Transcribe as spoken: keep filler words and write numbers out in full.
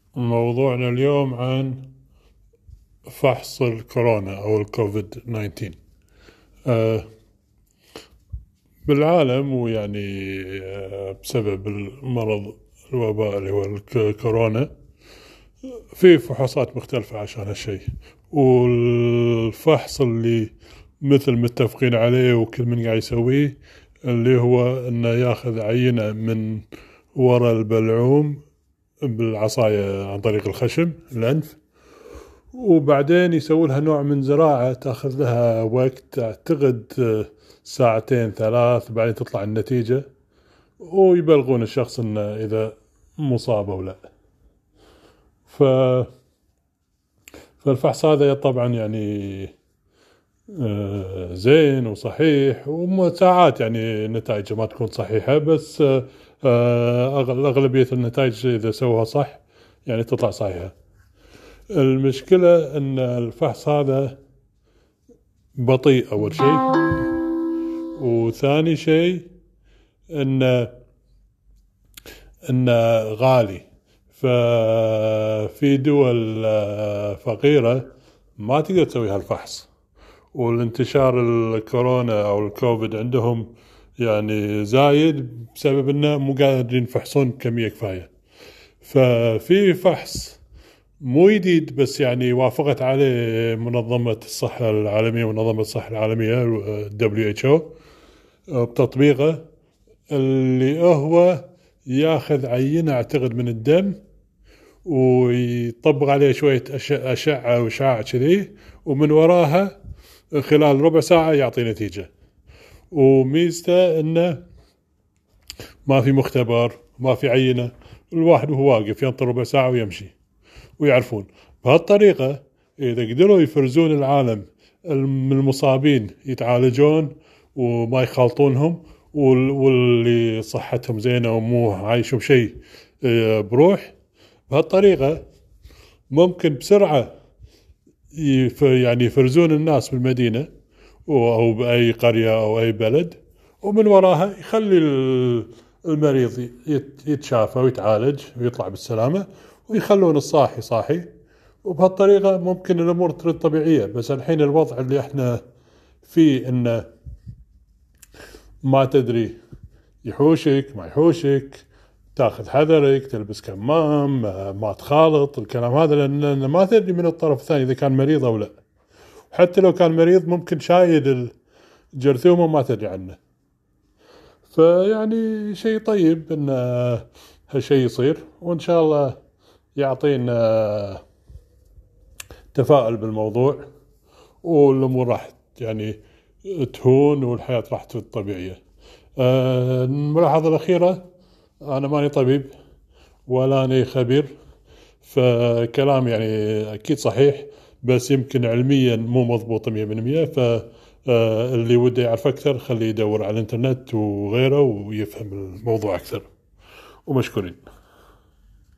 موضوعنا اليوم عن فحص الكورونا أو الكوفيد تسعة عشر. آه بالعالم، ويعني آه بسبب المرض الوباء اللي هو الكورونا، في فحوصات مختلفة عشان هالشيء. والفحص اللي مثل متفقين عليه وكل من قاعد يسويه، اللي هو انه ياخذ عينة من وراء البلعوم بالعصاية عن طريق الخشم الأنف، وبعدين يسوي لها نوع من زراعة تاخذ لها وقت، أعتقد ساعتين ثلاث، بعدين تطلع النتيجة ويبلغون الشخص إنه إذا مصاب أو لا. ف فالفحص هذا طبعا يعني آه زين وصحيح، وساعات يعني نتائجه ما تكون صحيحة، بس آه أغلبية النتائج إذا سووها صح يعني تطلع صحيحة. المشكلة أن الفحص هذا بطيء أول شيء، وثاني شيء أنه أنه غالي. ففي دول فقيرة ما تقدر تسوي هالفحص، والانتشار الكورونا أو الكوفيد عندهم يعني زايد بسبب أنه مو قادرين يفحصون كمية كفاية. ففي فحص مو جديد، بس يعني وافقت عليه منظمة الصحة العالمية ومنظمة الصحة العالمية دبليو إتش أو بتطبيقه، اللي هو ياخذ عينة أعتقد من الدم ويطبق عليه شوية أشعة وإشعاع كذي، ومن وراها خلال ربع ساعة يعطي نتيجة. وميزته إنه ما في مختبر، ما في عينة، الواحد وهو واقف ينطر ربع ساعة ويمشي ويعرفون. بهالطريقة إذا قدروا يفرزون العالم من المصابين يتعالجون وما يخالطونهم، واللي صحتهم زينة ومو عايشوا بشيء بروح، بهالطريقة ممكن بسرعة يعني يفرزون الناس بالمدينة أو بأي قرية أو أي بلد، ومن وراها يخلي المريض يتشافى ويتعالج ويطلع بالسلامة، ويخلون الصاحي صاحي. وبهالطريقة ممكن الأمور ترد طبيعية. بس الحين الوضع اللي احنا فيه إنه ما تدري، يحوشك ما يحوشك، تاخذ حذرك، تلبس كمام، ما تخالط الكلام هذا، لأن ما تدري من الطرف الثاني إذا كان مريض أو لا. حتى لو كان مريض ممكن شايل الجرثومة ما تدري عنه. فيعني شيء طيب إن هالشيء يصير، وإن شاء الله يعطينا تفاؤل بالموضوع، والأمور راح يعني تهون والحياة راح تكون طبيعية. أه الملاحظة الأخيرة، أنا ماني طبيب ولا أنا خبير، فكلام يعني أكيد صحيح، بس يمكن علميا مو مضبوط مية بالمية. فاللي وده يعرف أكثر خليه يدور على الإنترنت وغيره ويفهم الموضوع أكثر. ومشكورين.